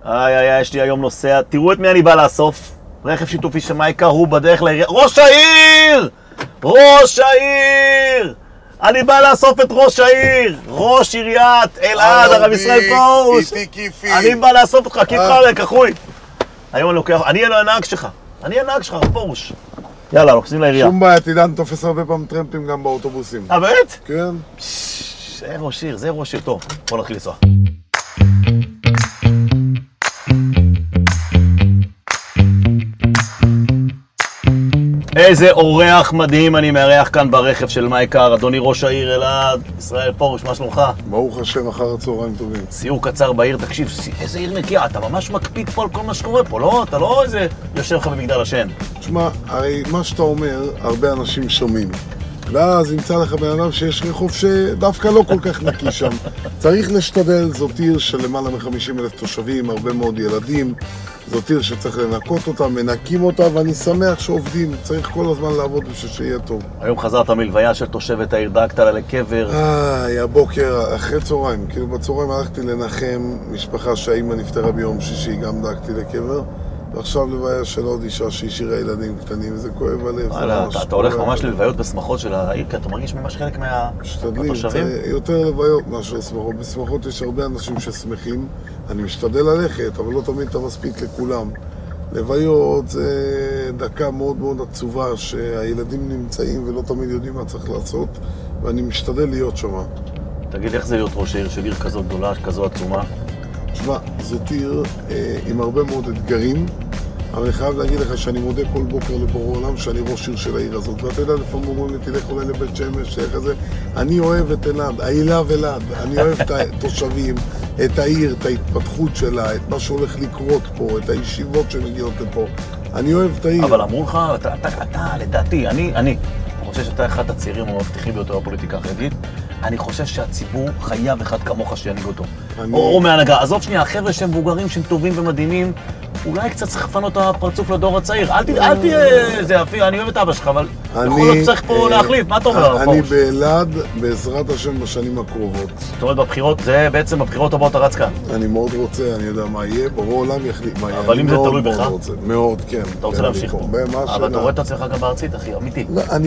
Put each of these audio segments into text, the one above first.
יש לי היום נוסע, תראו את מי אני בא לאסוף. רכב שיתופי של מייקה, הוא בדרך לעירייה. ראש העיר! ראש העיר! אני בא לאסוף את ראש העיר! ראש עיריית אלעד, הרב ישראל פרוש! איתי כיפי! אני בא לאסוף אותך, כיפך עליי, כחוי! היום אני לוקח, אני אהיה הנהג שלך. אני הנהג שלך, הרב פרוש. יאללה, נוחסים לעירייה. שום בעיה, תדע, אני תופס הרבה פעם טרמפים גם באוטובוסים. באמת? כן. זה ראש עיר, זה ראש עיר טוב. בוא נתחיל לנסוע. איזה אורח מדהים אני מארח כאן ברכב של מייקה, אדוני ראש העיר אלעד, ישראל פרוש, מה שלומך? ברוך השם, אחר הצהריים טובים. סיור קצר בעיר, תקשיב, איזה עיר נקייה, אתה ממש מקפיד פה על כל מה שקורה פה, לא? אתה לא איזה יושב לך במגדל השן. תשמע, הרי מה שאתה אומר, הרבה אנשים שומעים. ואז ימצא לך בן אדם שיש רחוב שדווקא לא כל כך נקי שם. צריך להשתדל, זאת עיר של למעלה מ-50,000 תושבים, הרבה מאוד ילדים. זאת עיר שצריך לנקות אותה, מנקים אותה, ואני שמח שעובדים. צריך כל הזמן לעבוד בשביל שיהיה טוב. היום חזרת מלוויה של תושבת העיר, דאגת לה לקבר. הבוקר, אחרי צהריים. כאילו בצהריים הלכתי לנחם משפחה שהאימא נפטרה ביום שישי, גם דאגתי לקבר. ועכשיו לוויה של עוד אישה שהשאירה ילדים קטנים, וזה כואב הלב. אתה הולך ממש ללוויות בשמחות של העיר, כי אתה מרגיש ממש חלק מהתושבים? משתדלים, יותר לוויות מאשר שמחות. בשמחות יש הרבה אנשים ששמחים, אני משתדל ללכת, אבל לא תמיד אתה מספיק לכולם. לוויות זה דקה מאוד מאוד עצובה, שהילדים נמצאים ולא תמיד יודעים מה צריך לעשות, ואני משתדל להיות שם. תגיד, איך זה להיות ראש העיר של עיר כזו גדולה, כזו עצומה? תשמע, זאת עיר עם הרבה מאוד אתגרים, אבל אני חייב להגיד לך שאני מודה כל בוקר לבורא עולם שאני ראש עיר של העיר הזאת. ואתה יודע, לפעמים אומרים לי, תלך אולי לבית שמש, איך זה. אני אוהב את אלעד, העילה ולעד. אני אוהב את התושבים, את העיר, את ההתפתחות שלה, את מה שהולך לקרות פה, את הישיבות שמגיעות לפה. אני אוהב את העיר. אבל אמרו לך, אתה לדעתי, אני חושב שאתה אחד הצעירים המבטיחים ביותר בפוליטיקה החרדית. אני חושב שהציבור חייב אחד כמוך שינהיג אותו. או מהנהגה. עזוב שנייה, החבר'ה שהם מבוגרים, שהם טובים ומדהימים, אולי קצת צריך לפנות את הפרצוף לדור הצעיר. אל תהיה זה, אני אוהב את אבא שלך, אבל יכול להיות צריך פה להחליף. מה אתה אומר? אני באלעד, בעזרת השם, בשנים הקרובות. זאת אומרת, בבחירות, זה בעצם בבחירות הבאות הרץ כאן. אני מאוד רוצה, אני יודע מה יהיה, ברור עולם יחליט מה יהיה. אבל אם זה תלוי בך? מאוד, כן. אתה רוצה להמשיך פה. אבל אתה רואה את עצמך גם בארצית, אחי, אמיתי. אני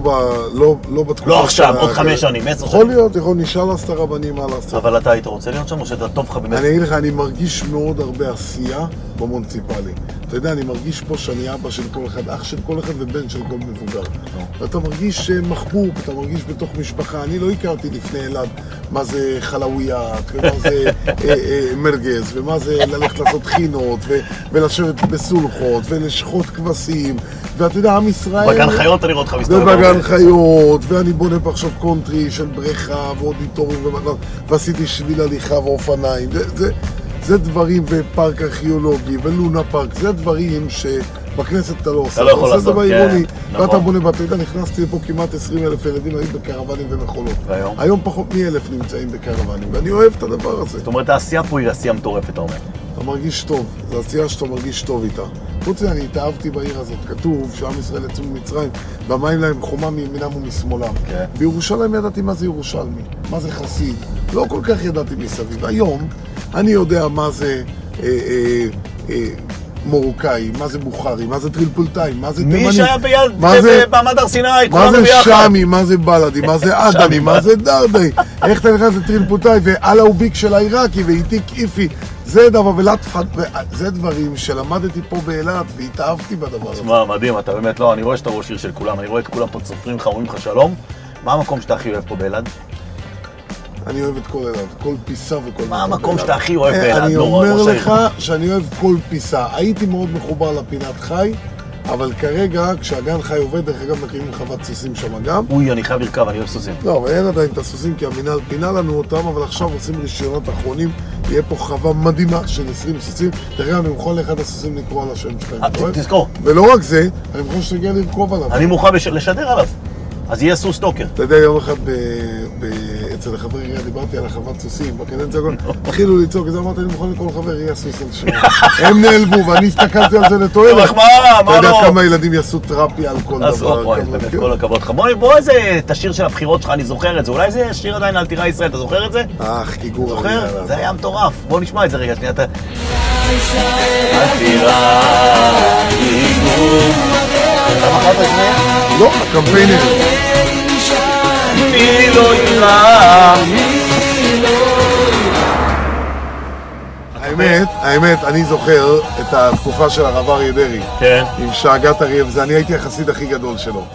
לא בתקופה... לא עכשיו, עוד 5 שנים, 10 שנים. יכול להיות, נשאל אז את הרבנים מה לעשות. אבל אתה היית רוצה להיות שם, או שאתה טוב לך באמת? אני אגיד לך, אני מרגיש מאוד הרבה עשייה במוניציפלי. אתה יודע, אני מרגיש פה שאני אבא של כל אחד, אח של כל אחד ובן של כל מבוגר. ואתה מרגיש מחבוב, אתה מרגיש בתוך משפחה. אני לא הכרתי לפני אלעד מה זה חלאוויית, ומה זה מרגז, ומה זה ללכת לעשות חינות, ולשבת בסולחות, ולשחוט כבשים. ואתה יודע, עם ישראל... בגן חיות אני רואה אותך מסתובב. ובגן חיות, ואני בונה פה עכשיו קונטרי של בריכה ואודיטורים, ועשיתי שביל הליכה ואופניים. זה דברים, ופארק ארכיאולוגי, ולונה פארק, זה דברים שבכנסת אתה לא עושה. אתה לא יכול לעשות, כן. ואתה בונה בתידה, נכנסתי לפה כמעט 20,000 ילדים, היו בקרוונים ומחולות. והיום? היום פחות מ1,000 נמצאים בקרוונים, ואני אוהב את הדבר הזה. זאת אומרת, העשייה פה היא עשייה מטורפת, אתה אומר. אתה מרגיש טוב, זו עשייה שאתה מרגיש טוב איתה. חוץ מזה, אני התאהבתי בעיר הזאת, כתוב שעם ישראל יצאו ממצרים, והמים להם חומה מימינם ומשמאלם. כן. בירושלים ידעתי מה זה ירושלמי, מה זה חסיד, לא כל כך ידעתי מסביב. היום אני יודע מה זה מרוקאי, מה זה בוכרי, מה זה טריפולטאי, מה זה תימני. מי שהיה במעמד הר סיני, מה זה שמי, מה זה בלדי, מה זה אדמי, מה זה דרדי. איך אתה נכנס לטריפולטאי ועל האוביק של העיראקי ואיתיק איפי. זה דבר, זה דברים שלמדתי פה באילת והתאהבתי בדבר הזה. תשמע, מדהים, אתה באמת לא, אני רואה שאתה ראש עיר של כולם, אני רואה את כולם פה צופרים לך, אומרים לך שלום. מה המקום שאתה הכי אוהב פה באילת? אני אוהב את כל אילת, כל פיסה וכל מקום. מה המקום שאתה הכי אוהב באילת? אני אומר לך שאני אוהב כל פיסה. הייתי מאוד מחובר לפינת חי, אבל כרגע, כשהגן חי עובד, דרך אגב מקימים חוות סוסים שם גם. אוי, אני חייב לרכב, אני אוהב סוסים. לא, אבל אין עדיין את הסוסים, כי המינהל פינה לנו אותם, אבל עכשיו עושים רישיונות אחרונים. יהיה פה חווה מדהימה של 20 סוסים. דרך אגב, אני מוכן לאחד הסוסים לקרוא על השם שלהם. תזכור. ולא רק זה, אני מוכן שתגיע לרכוב עליו. אני מוכן לשדר עליו. אז יהיה סוס טוקר. אתה יודע, יום אחד אצל החבר עירייה דיברתי על החוות סוסים, בקדנציה הכל, התחילו לצעוק, אז אמרתי, אני מוכן לכל חבר עירייה סוס על שם. הם נעלבו, ואני הסתכלתי על זה לתועלת. מחמאה, מה לא? אתה יודע כמה ילדים יעשו תרפי על כל דבר. באמת, כל הכבוד לך. בוא איזה, את השיר של הבחירות שלך, אני זוכר את זה. אולי זה שיר עדיין על טירה ישראל, אתה זוכר את זה? קיגור. זוכר? זה היה מטורף. בוא נשמע את זה רגע, שנייה. אל תירא איגום. אתה מחרת את זה? לא, הקמפיינר. מי לא יירא. האמת, אני זוכר את התקופה של הרב אריה דרעי. כן. עם שאגת אריה, וזה, אני הייתי החסיד הכי גדול שלו.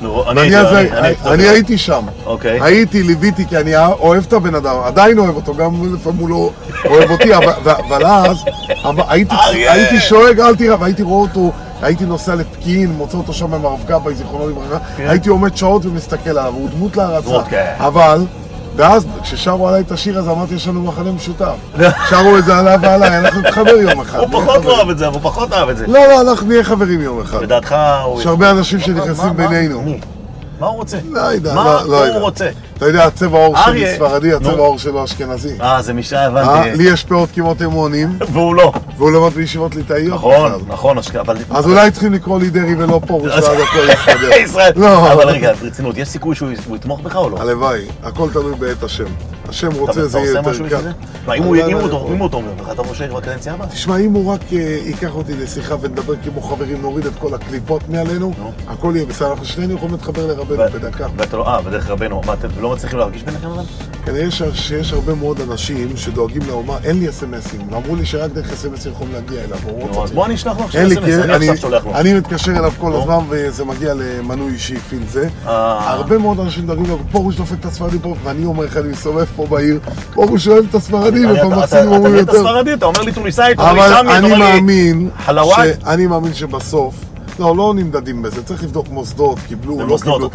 אני הייתי שם. אוקיי. ליוויתי, כי אני אוהב את הבן אדם, עדיין אוהב אותו, גם לפעמים הוא לא אוהב אותי, אבל אז הייתי שואג, אל תראה, והייתי רואה אותו, הייתי נוסע לפקיעין, מוצא אותו שם עם הרב גבאי, זיכרונו לברכה, הייתי עומד שעות ומסתכל עליו, הוא דמות להרצה. אבל... ואז כששרו עליי את השיר הזה, אמרתי, יש לנו מחנה משותף. שרו את זה עליו ועליי, אנחנו נתחבר יום אחד. הוא פחות לא אוהב את זה, הוא פחות אוהב את זה. לא, אנחנו נהיה חברים יום אחד. בדעתך הוא... יש הרבה אנשים שנכנסים בינינו. מה הוא רוצה? לא יודע, מה הוא רוצה? אתה יודע, הצבע העור שלי ספרדי, הצבע העור שלו אשכנזי. זה משעה הבנתי. לי יש פאות כמעט אמונים. והוא לא. והוא למד בישיבות ליטאיות. נכון, אבל... אז אולי צריכים לקרוא לי דרעי ולא פרוש, ואז הכל יסתדר. ישראל. אבל רגע, ברצינות, יש סיכוי שהוא יתמוך בך או לא? הלוואי, הכל תלוי בעת השם. השם רוצה, זה יהיה יותר קל. אם הוא תומך בך, אתה חושב בקדנציה הבאה? תשמע, אם הוא רק ייקח אותי לשיחה ונדבר כמו חברים, נוריד את כל הקליפות מעלינו, הכל יהיה בסדר. אנחנו שנינו יכולים להתחבר לרבנו בדקה. בדרך רבנו, מה, אתם לא מצליחים להרגיש ביניכם אבל? כנראה שיש הרבה מאוד אנשים שדואגים לאומה, אין לי אסמסים, אמרו לי שרק דרך אסמסים יכולים להגיע אליו. אז בוא אני אשלח לו עכשיו אסמס, אני עכשיו שולח לו. אני מתקשר אליו כל הזמן וזה מגיע למנוי אישי פיל זה. הרבה מאוד אנשים דואגים לו, פרוש דופק את הספרדים פה, ואני אומר לך, אני מסובב פה בעיר, פרוש אוהב את הספרדים, אתה מת את הספרדי, אתה אומר לי טוניסאי, אתה אומר לי סמי, אתה אומר לי אני מאמין שבסוף לא נמדדים בזה, צריך לבדוק מוסדות, קיבלו, לא קיבלו.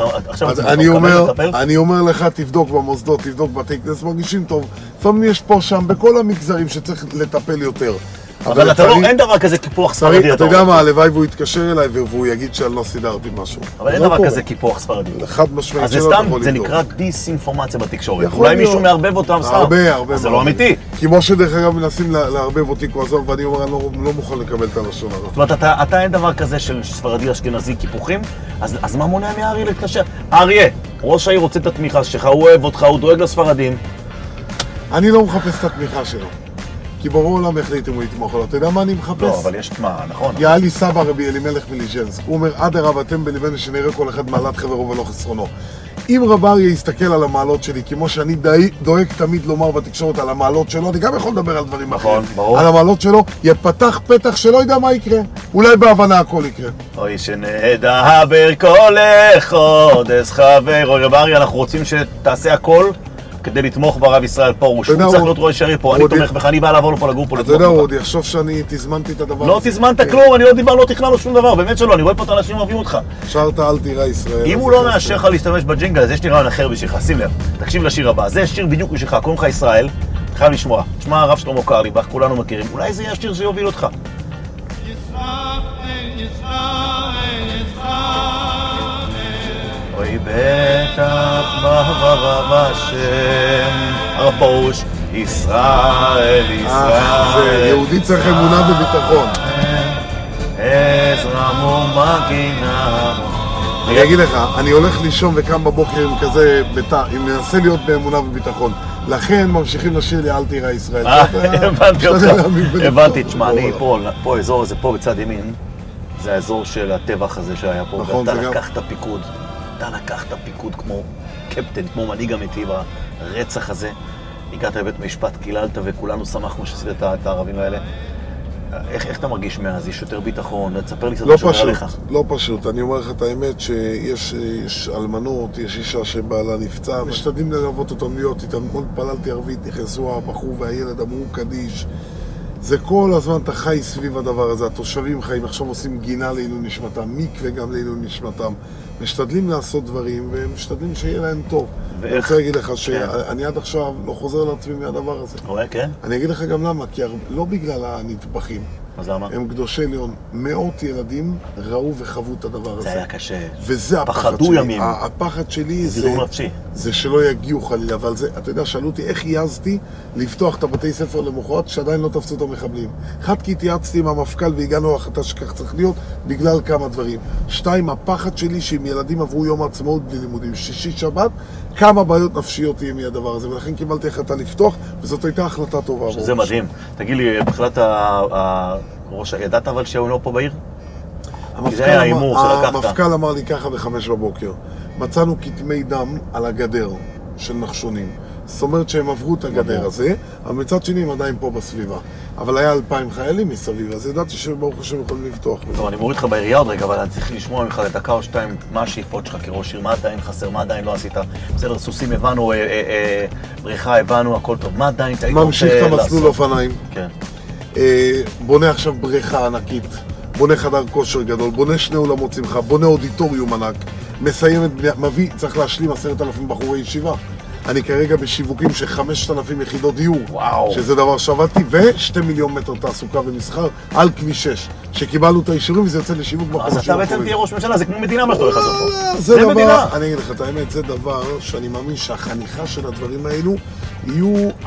אני אומר לך, תבדוק במוסדות, תבדוק בתי כנסת, מרגישים טוב. לפעמים יש פה שם, בכל המגזרים שצריך לטפל יותר. אבל אתה לא, אין דבר כזה קיפוח ספרדי. אתה יודע מה, הלוואי והוא יתקשר אליי והוא יגיד שאני לא סידרתי משהו. אבל אין דבר כזה קיפוח ספרדי. חד משמעית שלא אתה יכול לבדוק. אז זה נקרא דיסאינפורמציה בתקשורת. יכול להיות. אולי מישהו מערבב אותם סתם. הרבה. זה לא אמיתי. כמו שדרך אגב מנסים לערבב אותי כל הזמן, ואני אומר, אני לא מוכן לקבל את הלשון הזאת. זאת אומרת, אתה אין דבר כזה של ספרדי אשכנזי קיפוחים, אז מה מונע מאריה להתקשר? אריה, ראש העיר רוצה את התמיכה שלך, הוא אוהב אותך, הוא דואג לספרדים. אני לא מחפש את התמיכה שלו. כי ברור עולם החליט אם הוא יתמוך לו. אתה יודע מה אני מחפש? לא, אבל יש מה, נכון. היה לי סבא רבי אלימלך מליז'נסק. הוא אומר, עד הרב אתם בלבנו שנראה כל אחד מעלת חברו ולא חסרונו. אם רב אריה יסתכל על המעלות שלי, כמו שאני דואג תמיד לומר בתקשורת על המעלות שלו, אני גם יכול לדבר על דברים אחרים. נכון, ברור. על המעלות שלו, יפתח פתח שלא יודע מה יקרה. אולי בהבנה הכל יקרה. אוי שנדבר כל חודש חברו. רב אריה, אנחנו רוצים שתעשה הכל כדי לתמוך ברב ישראל פרוש. הוא צריך להיות ראש העיר פה, אני תומך בך, אני בא לעבור לפה לגור פה לתמוך בך. אתה יודע, הוא עוד יחשוב שאני תזמנתי את הדבר הזה. לא תזמנת כלום, אני לא תכננו שום דבר, באמת שלא, אני רואה פה את האנשים אוהבים אותך. שרת אל תירא ישראל. אם הוא לא מאשר לך להשתמש בג'ינגל, אז יש לי רעיון אחר בשבילך, שים לב, תקשיב לשיר הבא, זה שיר בדיוק בשבילך, קוראים לך ישראל, חייב לשמוע, תשמע הרב שלמה קרליבך, כולנו מכירים, אולי זה יהיה השיר שיוביל אותך. אוי בטח ברב השם, הרב פרוש, ישראל, ישראל. יהודי צריך אמונה וביטחון. עזרם ומגינה. אני אגיד לך, אני הולך לישון וקם בבוקר עם כזה ביתה, אם מנסה להיות באמונה וביטחון. לכן ממשיכים לשיר לי אל תירא ישראל. הבנתי אותך, הבנתי, תשמע, אני פה, אזור הזה פה בצד ימין, זה האזור של הטבח הזה שהיה פה, ואתה לקחת פיקוד. אתה לקחת פיקוד כמו קפטן, כמו מנהיג אמיתי ברצח הזה. הגעת לבית משפט, קיללת וכולנו שמחנו שעשית את הערבים האלה. איך אתה מרגיש מאז? יש יותר ביטחון? תספר לי קצת מה שעובר עליך. לא פשוט. אני אומר לך את האמת שיש אלמנות, יש אישה שבעלה נפצע, משתדלים ללוות אותם להיות איתם. מאוד פללתי ערבית, נכנסו הבחור והילד, אמרו קדיש. זה כל הזמן אתה חי סביב הדבר הזה, התושבים חיים, עכשיו עושים גינה לעילוי נשמתם, מקווה גם לעילוי נשמתם. משתדלים לעשות דברים ומשתדלים שיהיה להם טוב. אני רוצה להגיד לך שאני עד עכשיו לא חוזר לעצמי מהדבר הזה. כן? אני אגיד לך גם למה, כי לא בגלל הנטבחים. אז למה? הם קדושי ליון. מאות ילדים ראו וחוו את הדבר הזה. זה היה קשה. וזה הפחד שלי. פחדו ימים. הפחד שלי זה שלא יגיעו חלילה, אבל זה, אתה יודע, שאלו אותי איך יעזתי לפתוח את הבתי ספר למחרת שעדיין לא תפסו את המחבלים. אחד, כי התייעצתי עם המפכ"ל והגענו להחלטה שכך צריך להיות בגלל כמה דברים. שתיים, הפחד שלי שאם ילדים עברו יום העצמאות בלי לימודים, שישי שבת, כמה בעיות נפשיות יהיה מהדבר הזה, ולכן קיבלתי החלטה לפתוח, וזאת הייתה החלטה טובה. שזה מדהים. תגיד לי, בכלל ידעת אבל שהוא לא פה בעיר? זה היה האימור שלקחת. המפכ"ל אמר לי ככה ב5 בבוקר. מצאנו כתמי דם על הגדר של נחשונים. זאת אומרת שהם עברו את הגדר הזה, אבל מצד שני הם עדיין פה בסביבה. אבל היה 2,000 חיילים מסביב, אז ידעתי שברוך השם יכולים לפתוח. טוב, אני מוריד לך בעירייה עוד רגע, אבל אני צריך לשמוע ממך לדקה או שתיים מה השאיפות שלך כראש עיר, מה עדיין חסר, מה עדיין לא עשית. בסדר, סוסים הבנו, בריכה הבנו, הכל טוב. מה עדיין אתה היית רוצה לעשות? ממשיך את המסלול אופניים. כן. בונה עכשיו בריכה ענקית, בונה חדר כושר גדול, בונה 2 אולמות שמחה, בונה אודיטוריום ענק, מסיים את בנייה, מביא, צריך להשלים 10,000 בחורי ישיבה. אני כרגע בשיווקים של 5,000 יחידות דיור, שזה דבר שעבדתי, ו2 מיליון מטר תעסוקה ומסחר על כביש 6, שקיבלנו את האישורים וזה יוצא לשיווק בחודשים הקרובים. אז אתה בעצם תהיה ראש ממשלה, זה כמו מדינה מה שאתה הולך לעשות פה. זה דבר, אני אגיד לך את האמת, זה דבר שאני מאמין שהחניכה של הדברים האלו יהיו 4.5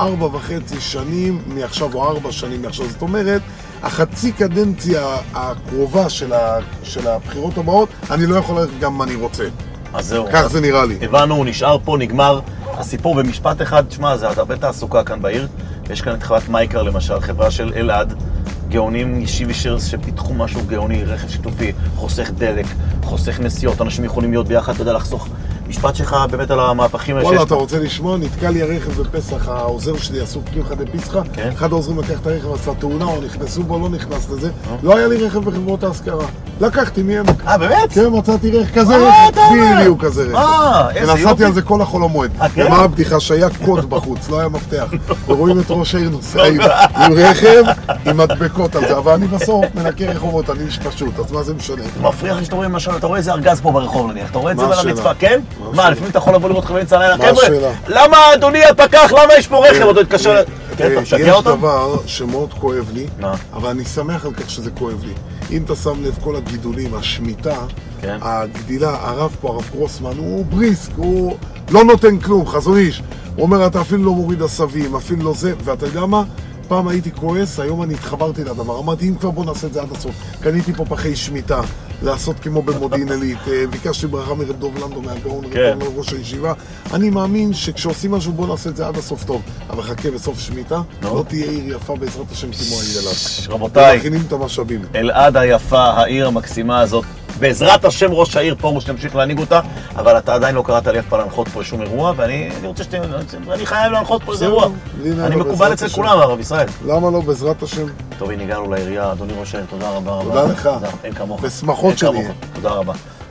שנים מעכשיו או 4 שנים מעכשיו. זאת אומרת, החצי קדנציה הקרובה של הבחירות הבאות, אני לא יכול ללכת גם מה אני רוצה. אז זהו. כך זה נראה לי. הבנו, הוא נשאר פה, נגמר. הסיפור במשפט אחד, תשמע, זה הרבה תעסוקה כאן בעיר. יש כאן את חברת מייקר למשל, חברה של אלעד, גאונים ישיבי שפיתחו משהו גאוני, רכב שיתופי, חוסך דלק, חוסך נסיעות, אנשים יכולים להיות ביחד, אתה יודע, לחסוך. משפט שלך באמת על המהפכים וואלה, אתה רוצה לשמוע? נתקע לי הרכב בפסח, העוזר שלי עשו קמחא דפסחא, אחד העוזרים לקח את הרכב, עשה תאונה, או נכנסו בו, לא נכנס לזה, לא היה לי רכב בחברות ההשכרה. לקחתי מהם. באמת? כן, מצאתי רכב כזה רכב, בדיוק כזה רכב. איזה יופי. ונסעתי על זה כל החול המועד. ומה הבדיחה? שהיה קוד בחוץ, לא היה מפתח. ורואים את ראש העיר נוסע עם רכב, עם מדבקות על זה, אבל אני בסוף מנקה רחובות, אני איש פשוט, אז מה זה משנה? מפריע לך שאתה רואה משל, אתה רואה איזה ארגז פה ברחוב נניח, אתה רואה את זה על המצפה, כן? מה, לפעמים אתה יכול לבוא לראות חברים צהריים, חבר'ה, למה אדוני הפקח, למה יש פה רכב? עוד התקשר... כן, אתה משגע אותם? יש דבר שמאוד כואב לי, אבל אני שמח על כך שזה כואב לי. אם אתה שם לב כל הגידולים, השמיטה, הגדילה, הרב פה, הרב גרוסמן, הוא בריסק, הוא לא נותן כלום, חזון איש. הוא אומר, אתה אפילו לא מוריד עשבים, אפילו לא זה, ואתה יודע מה? פעם הייתי כועס, היום אני התחברתי לדבר. אמרתי, אם כבר בוא נעשה את זה עד הסוף. קניתי פה פחי שמיטה, לעשות כמו במודיעין עילית. ביקשתי ברכה מרב דוב לנדו מהגאון, ראש הישיבה. אני מאמין שכשעושים משהו בוא נעשה את זה עד הסוף טוב. אבל חכה בסוף שמיטה, לא תהיה עיר יפה בעזרת השם כמו העיר אלעד. רבותיי, ומכינים את המשאבים. אלעד היפה, העיר המקסימה הזאת. בעזרת השם ראש העיר פרוש תמשיך להנהיג אותה, אבל אתה עדיין לא קראת לי אף פעם להנחות פה שום אירוע, ואני רוצה אני חייב להנחות פה איזה אירוע. אני מקובל אצל כולם, הרב ישראל. למה לא, בעזרת השם? טוב, הנה הגענו לעירייה, אדוני ראש העיר, תודה רבה. תודה לך. אין כמוך. בשמחות שלי. תודה רבה.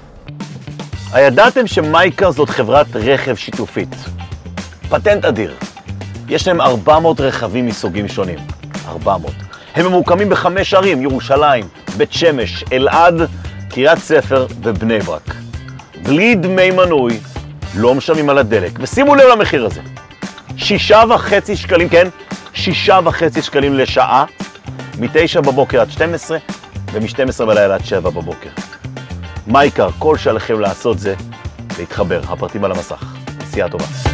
הידעתם שמייקר זאת חברת רכב שיתופית? פטנט אדיר. יש להם 400 רכבים מסוגים שונים. 400. הם ממוקמים ב5 ערים, ירושלים, בית שמש, אלעד, קריית ספר ובני ברק. בלי דמי מנוי, לא משלמים על הדלק. ושימו לב למחיר הזה. 6.5 שקלים, כן? 6.5 שקלים לשעה, מ-9 בבוקר עד 12, ומ-12 בלילה עד 7 בבוקר. מייקר, כל שעליכם לעשות זה להתחבר. הפרטים על המסך. נסיעה טובה.